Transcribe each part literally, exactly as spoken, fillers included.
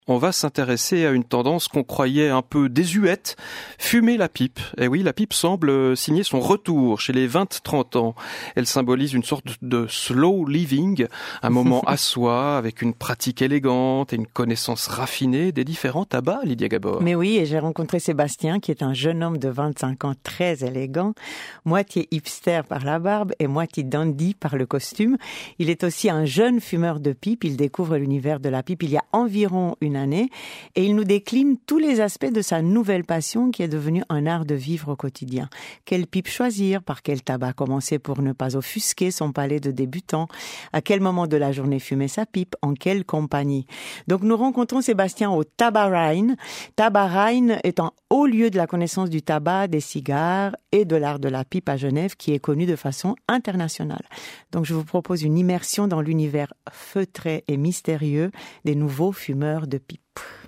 On va s'intéresser à une tendance qu'on croyait un peu désuète, fumer la pipe. Et oui, la pipe semble signer son retour chez les vingt trente ans. Elle symbolise une sorte de slow living, un moment à soi, avec une pratique élégante et une connaissance raffinée des différents tabacs, Lydia Gabor. Mais oui, et j'ai rencontré Sébastien, qui est un jeune homme de vingt-cinq ans, très élégant, moitié hipster par la barbe et moitié dandy par le costume. Il est aussi un jeune fumeur de pipe. Il découvre l'univers de la pipe il y a environ une année et il nous décline tous les aspects de sa nouvelle passion qui est devenue un art de vivre au quotidien. Quelle pipe choisir? Par quel tabac commencer pour ne pas offusquer son palais de débutant? À quel moment de la journée fumer sa pipe? En quelle compagnie? Donc nous rencontrons Sébastien au Tabac-Rhein. Tabac-Rhein est un haut lieu de la connaissance du tabac, des cigares et de l'art de la pipe à Genève qui est connu de façon internationale. Donc je vous propose une immersion dans l'univers feutré et mystérieux des nouveaux fumeurs de pipe.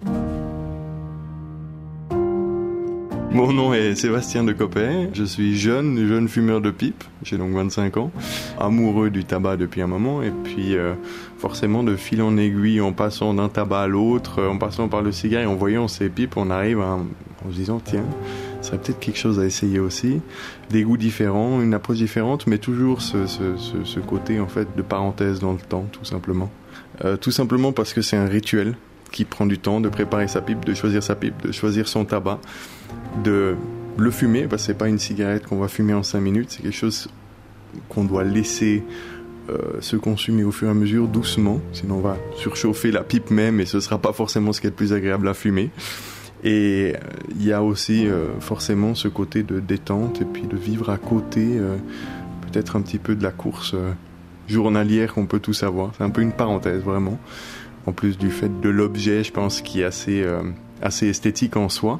Mon nom est Sébastien de Coppet, je suis jeune, jeune fumeur de pipe, j'ai donc vingt-cinq ans, amoureux du tabac depuis un moment et puis euh, forcément de fil en aiguille en passant d'un tabac à l'autre, en passant par le cigare et en voyant ces pipes, on arrive à, en se disant tiens, ça serait peut-être quelque chose à essayer aussi, des goûts différents, une approche différente mais toujours ce, ce, ce, ce côté en fait de parenthèse dans le temps tout simplement. Euh, tout simplement parce que c'est un rituel qui prend du temps de préparer sa pipe, de choisir sa pipe, de choisir son tabac, de le fumer, parce que c'est pas une cigarette qu'on va fumer en cinq minutes, c'est quelque chose qu'on doit laisser euh, se consumer au fur et à mesure, doucement, sinon on va surchauffer la pipe même et ce sera pas forcément ce qui est le plus agréable à fumer. Et il euh, y a aussi euh, forcément ce côté de détente et puis de vivre à côté, euh, peut-être un petit peu de la course euh, journalière qu'on peut tous avoir. C'est un peu une parenthèse vraiment, en plus du fait de l'objet, je pense, qui est assez, euh, assez esthétique en soi.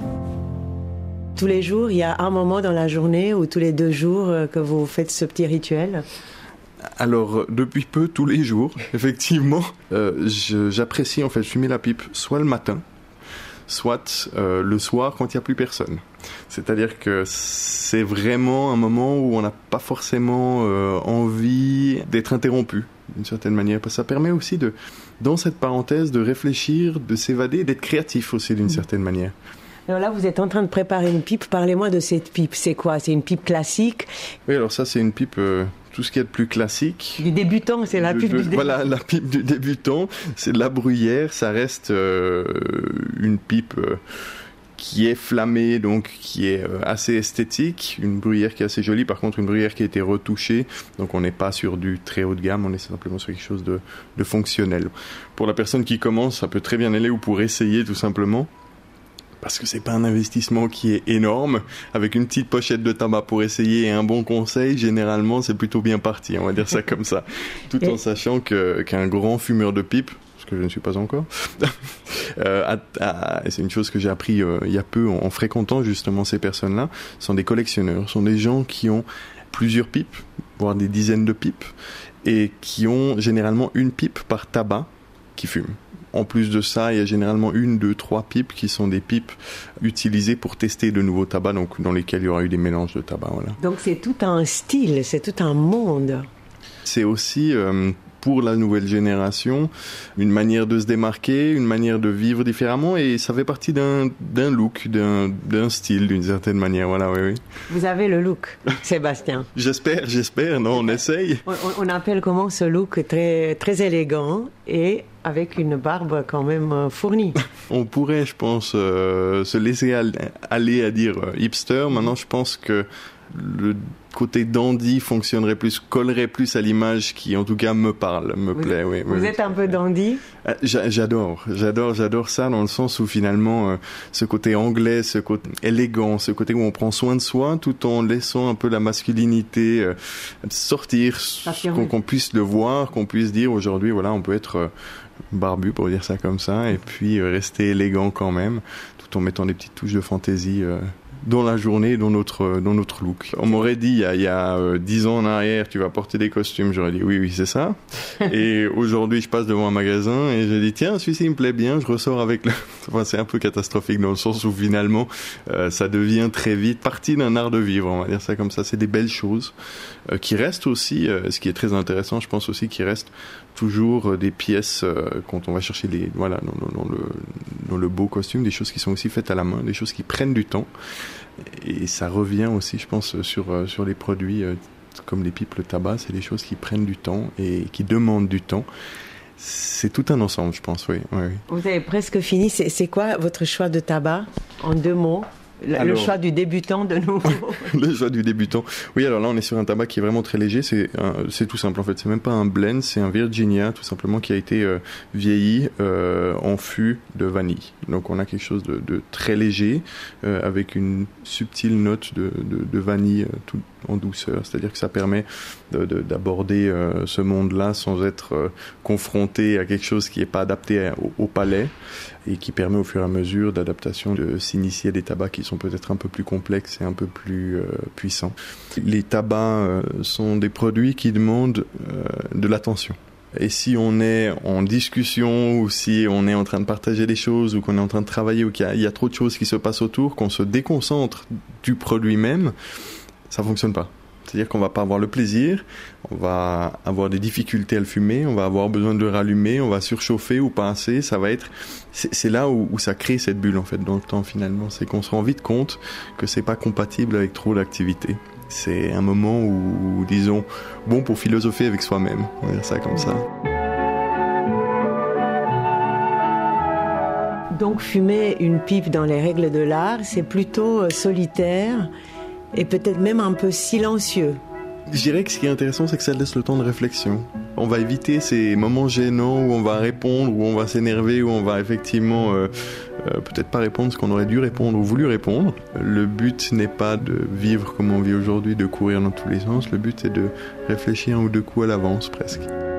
Tous les jours, il y a un moment dans la journée ou tous les deux jours que vous faites ce petit rituel? Alors, depuis peu, tous les jours, effectivement, euh, je, j'apprécie en fait fumer la pipe soit le matin, soit euh, le soir quand il n'y a plus personne. C'est-à-dire que c'est vraiment un moment où on n'a pas forcément euh, envie d'être interrompu, d'une certaine manière. Parce que ça permet aussi, de, dans cette parenthèse, de réfléchir, de s'évader, d'être créatif aussi d'une mmh. certaine manière. Alors là, vous êtes en train de préparer une pipe. Parlez-moi de cette pipe. C'est quoi? C'est une pipe classique? Oui, alors ça, c'est une pipe, euh, tout ce qui est de plus classique. Du débutant, c'est la de, pipe de, du débutant. Voilà, la pipe du débutant. C'est de la bruyère. Ça reste euh, une pipe euh, qui est flammée, donc qui est euh, assez esthétique. Une bruyère qui est assez jolie. Par contre, une bruyère qui a été retouchée. Donc, on n'est pas sur du très haut de gamme. On est simplement sur quelque chose de, de fonctionnel. Pour la personne qui commence, ça peut très bien aller ou pour essayer tout simplement. Parce que c'est pas un investissement qui est énorme. Avec une petite pochette de tabac pour essayer et un bon conseil, généralement, c'est plutôt bien parti. On va dire ça comme ça. Tout en sachant que, qu'un grand fumeur de pipe, ce que je ne suis pas encore, euh, à, à, c'est une chose que j'ai appris euh, il y a peu en, en fréquentant justement ces personnes-là, sont des collectionneurs, sont des gens qui ont plusieurs pipes, voire des dizaines de pipes, et qui ont généralement une pipe par tabac qui fume. En plus de ça, il y a généralement une, deux, trois pipes qui sont des pipes utilisées pour tester de nouveaux tabacs, donc dans lesquels il y aura eu des mélanges de tabac. Voilà. Donc c'est tout un style, c'est tout un monde. C'est aussi, euh, pour la nouvelle génération, une manière de se démarquer, une manière de vivre différemment, et ça fait partie d'un, d'un look, d'un, d'un style d'une certaine manière. Voilà, oui, oui. Vous avez le look, Sébastien. J'espère, j'espère, non, on essaye. On, on appelle comment ce look très, très élégant et avec une barbe quand même fournie. On pourrait, je pense, euh, se laisser aller à dire hipster. Maintenant, je pense que le côté dandy fonctionnerait plus, collerait plus à l'image qui, en tout cas, me parle, me vous plaît. Êtes, oui, vous oui. êtes un peu dandy? J'adore, j'adore, j'adore ça dans le sens où finalement, euh, ce côté anglais, ce côté élégant, ce côté où on prend soin de soi tout en laissant un peu la masculinité euh, sortir, qu'on, qu'on puisse le voir, qu'on puisse dire aujourd'hui, voilà, on peut être euh, barbu pour dire ça comme ça, et puis euh, rester élégant quand même, tout en mettant des petites touches de fantaisie euh, dans la journée, dans notre, dans notre look. On m'aurait dit il y a, il y a euh, dix ans en arrière, tu vas porter des costumes, j'aurais dit oui, oui, c'est ça. Et aujourd'hui, je passe devant un magasin et je dis tiens, celui-ci il me plaît bien, je ressors avec le... Enfin, c'est un peu catastrophique dans le sens où finalement, euh, ça devient très vite partie d'un art de vivre, on va dire ça comme ça. C'est des belles choses euh, qui restent aussi, euh, ce qui est très intéressant, je pense aussi qu'il reste toujours euh, des pièces euh, quand on va chercher les, voilà, dans, dans, dans, le, dans le beau costume, des choses qui sont aussi faites à la main, des choses qui prennent du temps. Et ça revient aussi, je pense, sur, euh, sur les produits euh, comme les pipes, le tabac, c'est des choses qui prennent du temps et qui demandent du temps. C'est tout un ensemble, je pense, oui. oui, oui. Vous avez presque fini. C'est, c'est quoi votre choix de tabac, en deux mots ? Le, alors, le choix du débutant, de nouveau. Le choix du débutant. Oui, alors là, on est sur un tabac qui est vraiment très léger. C'est, un, c'est tout simple, en fait. C'est même pas un blend, c'est un Virginia, tout simplement, qui a été euh, vieilli euh, en fût de vanille. Donc, on a quelque chose de, de très léger, euh, avec une subtile note de, de, de vanille euh, tout en douceur. C'est-à-dire que ça permet de, de, d'aborder euh, ce monde-là sans être euh, confronté à quelque chose qui n'est pas adapté à, au, au palais, et qui permet au fur et à mesure d'adaptation de s'initier à des tabacs qui sont peut-être un peu plus complexes et un peu plus euh, puissants. Les tabacs euh, sont des produits qui demandent euh, de l'attention. Et si on est en discussion ou si on est en train de partager des choses ou qu'on est en train de travailler ou qu'il y a, il y a trop de choses qui se passent autour, qu'on se déconcentre du produit même, ça fonctionne pas. C'est-à-dire qu'on va pas avoir le plaisir, on va avoir des difficultés à le fumer, on va avoir besoin de le rallumer, on va surchauffer ou pas assez, ça va être... C'est, c'est là où, où ça crée cette bulle, en fait, dans le temps, finalement. C'est qu'on se rend vite compte que c'est pas compatible avec trop d'activités. C'est un moment où, où, disons, bon pour philosopher avec soi-même, on va dire ça comme ça. Donc, fumer une pipe dans les règles de l'art, c'est plutôt solitaire et peut-être même un peu silencieux. Je dirais que ce qui est intéressant, c'est que ça laisse le temps de réflexion. On va éviter ces moments gênants où on va répondre, où on va s'énerver, où on va effectivement euh, euh, peut-être pas répondre ce qu'on aurait dû répondre ou voulu répondre. Le but n'est pas de vivre comme on vit aujourd'hui, de courir dans tous les sens. Le but est de réfléchir un ou deux coups à l'avance presque.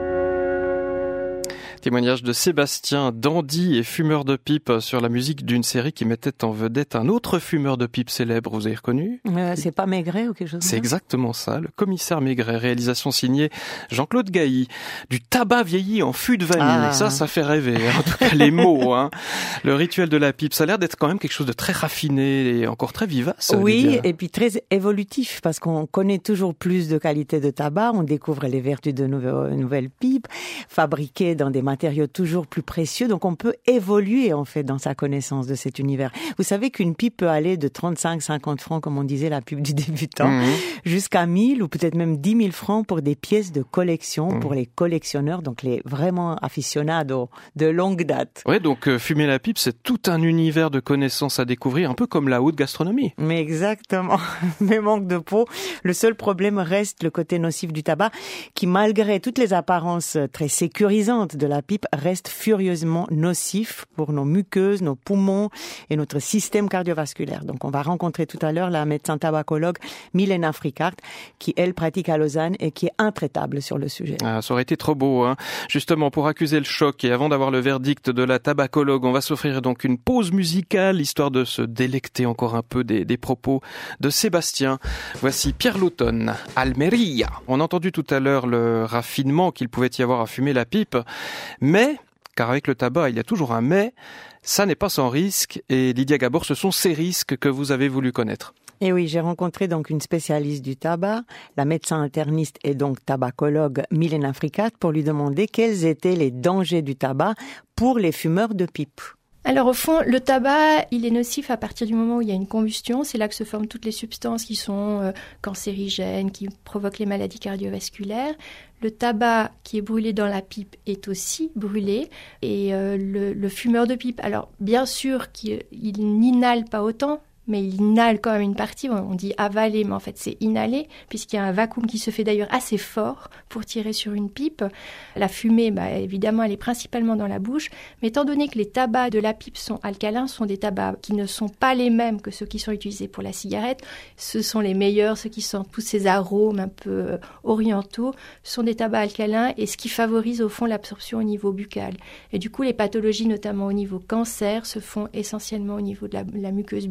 Témoignage de Sébastien, dandy et fumeur de pipe sur la musique d'une série qui mettait en vedette un autre fumeur de pipe célèbre, vous avez reconnu ? euh, C'est pas Maigret ou quelque chose ? C'est exactement ça, le commissaire Maigret, réalisation signée Jean-Claude Gailly. Du tabac vieilli en fût de vanille, ah. ça, ça fait rêver, en tout cas les mots. Hein. Le rituel de la pipe, ça a l'air d'être quand même quelque chose de très raffiné et encore très vivace. Oui, Lydia. Et puis très évolutif, parce qu'on connaît toujours plus de qualité de tabac, on découvre les vertus de nouvelles, nouvelles pipes, fabriquées dans des matériaux toujours plus précieux, donc on peut évoluer en fait dans sa connaissance de cet univers. Vous savez qu'une pipe peut aller de trente-cinq à cinquante francs, comme on disait la pipe du débutant, mmh. jusqu'à mille ou peut-être même dix mille francs pour des pièces de collection, mmh. pour les collectionneurs, donc les vraiment aficionados de longue date. Ouais, donc euh, fumer la pipe, c'est tout un univers de connaissances à découvrir, un peu comme la haute gastronomie. Mais exactement, mais manque de peau. Le seul problème reste le côté nocif du tabac, qui malgré toutes les apparences très sécurisantes de la pipe, reste furieusement nocif pour nos muqueuses, nos poumons et notre système cardiovasculaire. Donc on va rencontrer tout à l'heure la médecin tabacologue Milena Fricart, qui elle pratique à Lausanne et qui est intraitable sur le sujet. Ah, ça aurait été trop beau, hein. Justement, pour accuser le choc et avant d'avoir le verdict de la tabacologue, on va s'offrir donc une pause musicale, histoire de se délecter encore un peu des, des propos de Sébastien. Voici Pierre L'Automne, Almeria. On a entendu tout à l'heure le raffinement qu'il pouvait y avoir à fumer la pipe, mais car avec le tabac, il y a toujours un mais, ça n'est pas sans risque. Et Lydia Gabor, ce sont ces risques que vous avez voulu connaître. Et oui, j'ai rencontré donc une spécialiste du tabac, la médecin interniste et donc tabacologue Milena Fricart, pour lui demander quels étaient les dangers du tabac pour les fumeurs de pipe. Alors au fond, le tabac, il est nocif à partir du moment où il y a une combustion. C'est là que se forment toutes les substances qui sont euh, cancérigènes, qui provoquent les maladies cardiovasculaires. Le tabac qui est brûlé dans la pipe est aussi brûlé. Et euh, le, le fumeur de pipe, alors bien sûr qu'il il n'inhale pas autant, mais il inhale quand même une partie. On dit avaler, mais en fait c'est inhaler, puisqu'il y a un vacuum qui se fait d'ailleurs assez fort pour tirer sur une pipe. La fumée, bah, évidemment, elle est principalement dans la bouche, mais étant donné que les tabacs de la pipe sont alcalins, sont des tabacs qui ne sont pas les mêmes que ceux qui sont utilisés pour la cigarette, ce sont les meilleurs, ceux qui sentent tous ces arômes un peu orientaux, sont des tabacs alcalins, et ce qui favorise au fond l'absorption au niveau buccal. Et du coup, les pathologies, notamment au niveau cancer, se font essentiellement au niveau de la, la muqueuse buccale,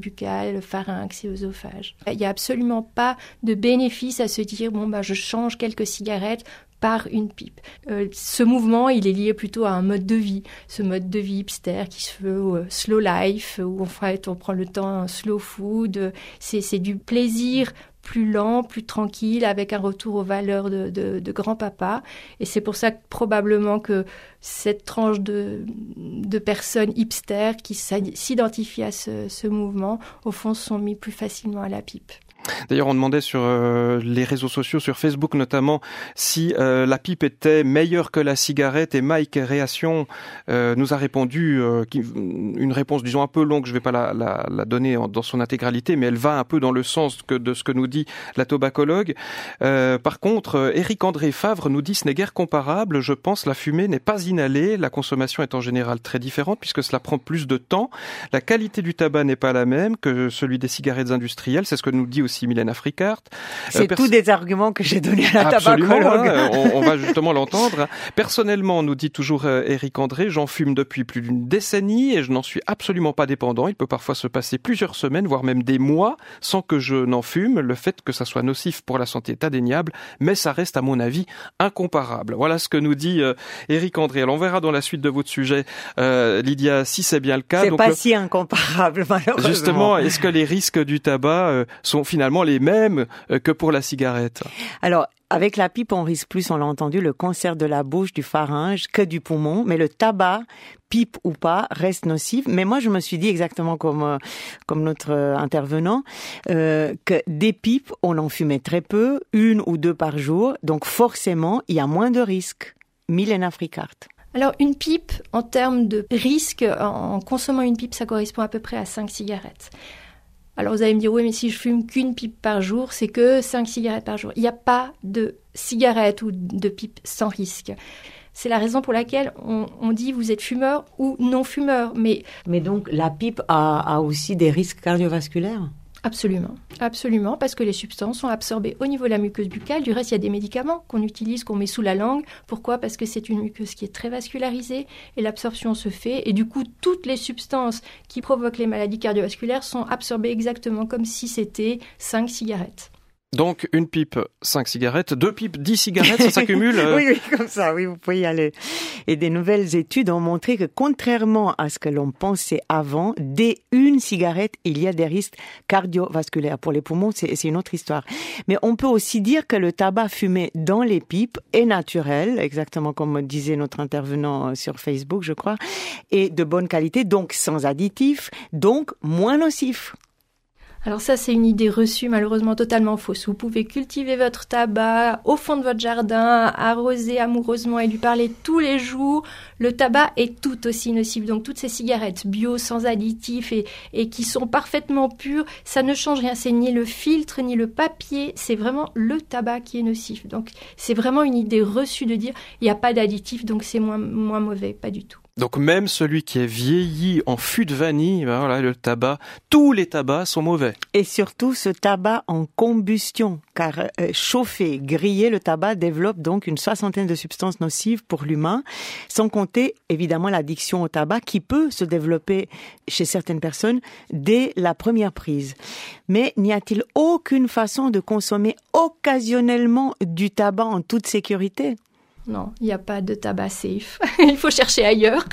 nasale, pharynx et œsophage. Il n'y a absolument pas de bénéfice à se dire bon bah je change quelques cigarettes par une pipe. Euh, ce mouvement, il est lié plutôt à un mode de vie, ce mode de vie hipster qui se veut euh, slow life, où en fait on prend le temps, slow food, euh, c'est, c'est du plaisir plus lent, plus tranquille, avec un retour aux valeurs de, de, de grand-papa. Et c'est pour ça que, probablement que cette tranche de, de personnes hipsters qui s'identifient à ce, ce mouvement, au fond, se sont mis plus facilement à la pipe. D'ailleurs, on demandait sur euh, les réseaux sociaux, sur Facebook notamment, si euh, la pipe était meilleure que la cigarette. Et Mike Réation euh, nous a répondu euh, qui, une réponse, disons, un peu longue. Je ne vais pas la, la, la donner en, dans son intégralité, mais elle va un peu dans le sens que, de ce que nous dit la tobacologue. Euh, par contre, Éric-André Favre nous dit ce n'est guère comparable. Je pense la fumée n'est pas inhalée. La consommation est en général très différente puisque cela prend plus de temps. La qualité du tabac n'est pas la même que celui des cigarettes industrielles. C'est ce que nous dit aussi Mylène Africart. C'est euh, pers- tous des arguments que j'ai donnés à la Absolument, tabacologue. Hein, on, on va justement l'entendre. Personnellement, nous dit toujours euh, Éric André, j'en fume depuis plus d'une décennie et je n'en suis absolument pas dépendant. Il peut parfois se passer plusieurs semaines, voire même des mois, sans que je n'en fume. Le fait que ça soit nocif pour la santé est indéniable, mais ça reste à mon avis incomparable. Voilà ce que nous dit euh, Éric André. Alors on verra dans la suite de votre sujet, euh, Lydia, si c'est bien le cas. C'est Donc, pas le... si incomparable, malheureusement. Justement, est-ce que les risques du tabac euh, sont finalement les mêmes que pour la cigarette? Alors, avec la pipe, on risque plus, on l'a entendu, le cancer de la bouche, du pharynx, que du poumon. Mais le tabac, pipe ou pas, reste nocif. Mais moi, je me suis dit exactement comme euh, comme notre euh, intervenant, euh, que des pipes, on en fumait très peu, une ou deux par jour. Donc forcément, il y a moins de risques. Mylène Africart. Alors, une pipe, en termes de risque, en consommant une pipe, ça correspond à peu près à cinq cigarettes. Alors vous allez me dire, oui, mais si je fume qu'une pipe par jour, c'est que cinq cigarettes par jour. Il n'y a pas de cigarette ou de pipe sans risque. C'est la raison pour laquelle on, on dit vous êtes fumeur ou non fumeur. Mais, mais donc la pipe a, a aussi des risques cardiovasculaires ? Absolument, absolument, parce que les substances sont absorbées au niveau de la muqueuse buccale. Du reste, il y a des médicaments qu'on utilise, qu'on met sous la langue. Pourquoi ? Parce que c'est une muqueuse qui est très vascularisée et l'absorption se fait. Et du coup, toutes les substances qui provoquent les maladies cardiovasculaires sont absorbées exactement comme si c'était cinq cigarettes. Donc, une pipe, cinq cigarettes, deux pipes, dix cigarettes, ça s'accumule euh... Oui, oui, comme ça, oui, vous pouvez y aller. Et des nouvelles études ont montré que, contrairement à ce que l'on pensait avant, dès une cigarette, il y a des risques cardiovasculaires. Pour les poumons, c'est, c'est une autre histoire. Mais on peut aussi dire que le tabac fumé dans les pipes est naturel, exactement comme disait notre intervenant sur Facebook, je crois, et de bonne qualité, donc sans additifs, donc moins nocif. Alors ça, c'est une idée reçue, malheureusement totalement fausse. Vous pouvez cultiver votre tabac au fond de votre jardin, arroser amoureusement et lui parler tous les jours. Le tabac est tout aussi nocif. Donc toutes ces cigarettes bio, sans additifs et, et qui sont parfaitement pures, ça ne change rien. C'est ni le filtre, ni le papier. C'est vraiment le tabac qui est nocif. Donc c'est vraiment une idée reçue de dire il n'y a pas d'additifs, donc c'est moins, moins mauvais. Pas du tout. Donc même celui qui est vieilli en fût de vanille, ben voilà, le tabac, tous les tabacs sont mauvais. Et surtout ce tabac en combustion, car euh, chauffé, grillé, le tabac développe donc une soixantaine de substances nocives pour l'humain, sans compter évidemment l'addiction au tabac qui peut se développer chez certaines personnes dès la première prise. Mais n'y a-t-il aucune façon de consommer occasionnellement du tabac en toute sécurité ? Non, il n'y a pas de tabac safe. Il faut chercher ailleurs.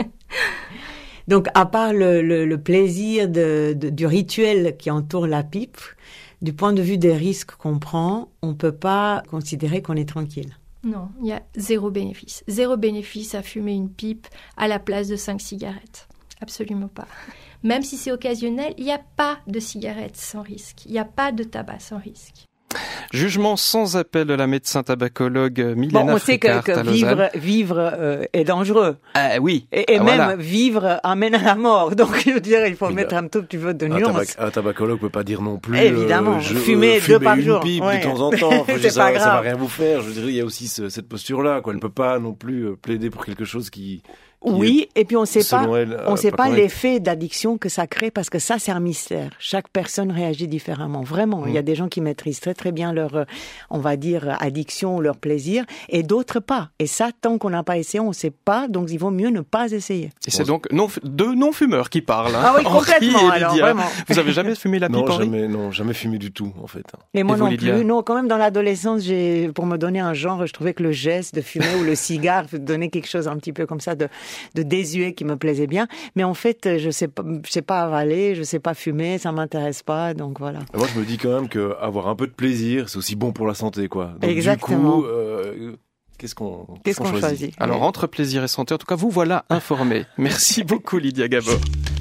Donc, à part le, le, le plaisir de, de, du rituel qui entoure la pipe, du point de vue des risques qu'on prend, on ne peut pas considérer qu'on est tranquille. Non, il y a zéro bénéfice. Zéro bénéfice à fumer une pipe à la place de cinq cigarettes. Absolument pas. Même si c'est occasionnel, il n'y a pas de cigarettes sans risque. Il n'y a pas de tabac sans risque. Jugement sans appel de la médecin tabacologue Mylène bon, on sait que, que vivre, vivre euh, est dangereux. Euh, oui. Et, et ah, même voilà. Vivre amène à la mort. Donc, je veux dire, il faut oui, mettre un tout petit peu de nuance. Un, tabac, un tabacologue peut pas dire non plus. Évidemment. Euh, je, fumer euh, deux par une jour. Pipe ouais. de temps en temps. C'est ça, pas grave. Ça va rien vous faire. Je veux dire, il y a aussi ce, cette posture-là, quoi. Elle ne peut pas non plus plaider pour quelque chose qui Oui, et puis on sait pas, elle, on euh, sait pas pas correct. l'effet d'addiction que ça crée parce que ça c'est un mystère. Chaque personne réagit différemment. Vraiment, Mmh. il y a des gens qui maîtrisent très très bien leur, euh, on va dire, addiction ou leur plaisir, et d'autres pas. Et ça, tant qu'on n'a pas essayé, on sait pas. Donc il vaut mieux ne pas essayer. Et c'est donc non, deux non-fumeurs qui parlent. Hein. Ah oui, Henri complètement. et Alors Lydia. vraiment. Vous avez jamais fumé la pipe, Non, Henri ? jamais, non, jamais fumé du tout, en fait. Et moi Et vous, non Lydia ? plus. Non, quand même dans l'adolescence, j'ai, pour me donner un genre, je trouvais que le geste de fumer ou le cigare donnait quelque chose un petit peu comme ça de, de désuet qui me plaisait bien. Mais en fait, je sais pas, je sais pas avaler, je sais pas fumer, ça m'intéresse pas, donc voilà. Moi, je me dis quand même qu'avoir un peu de plaisir, c'est aussi bon pour la santé, quoi. Donc, Exactement. Du coup, euh, qu'est-ce qu'on, Qu'est-ce qu'on choisit ? Alors entre plaisir et santé, en tout cas vous voilà informés. Merci beaucoup Lydia Gabor.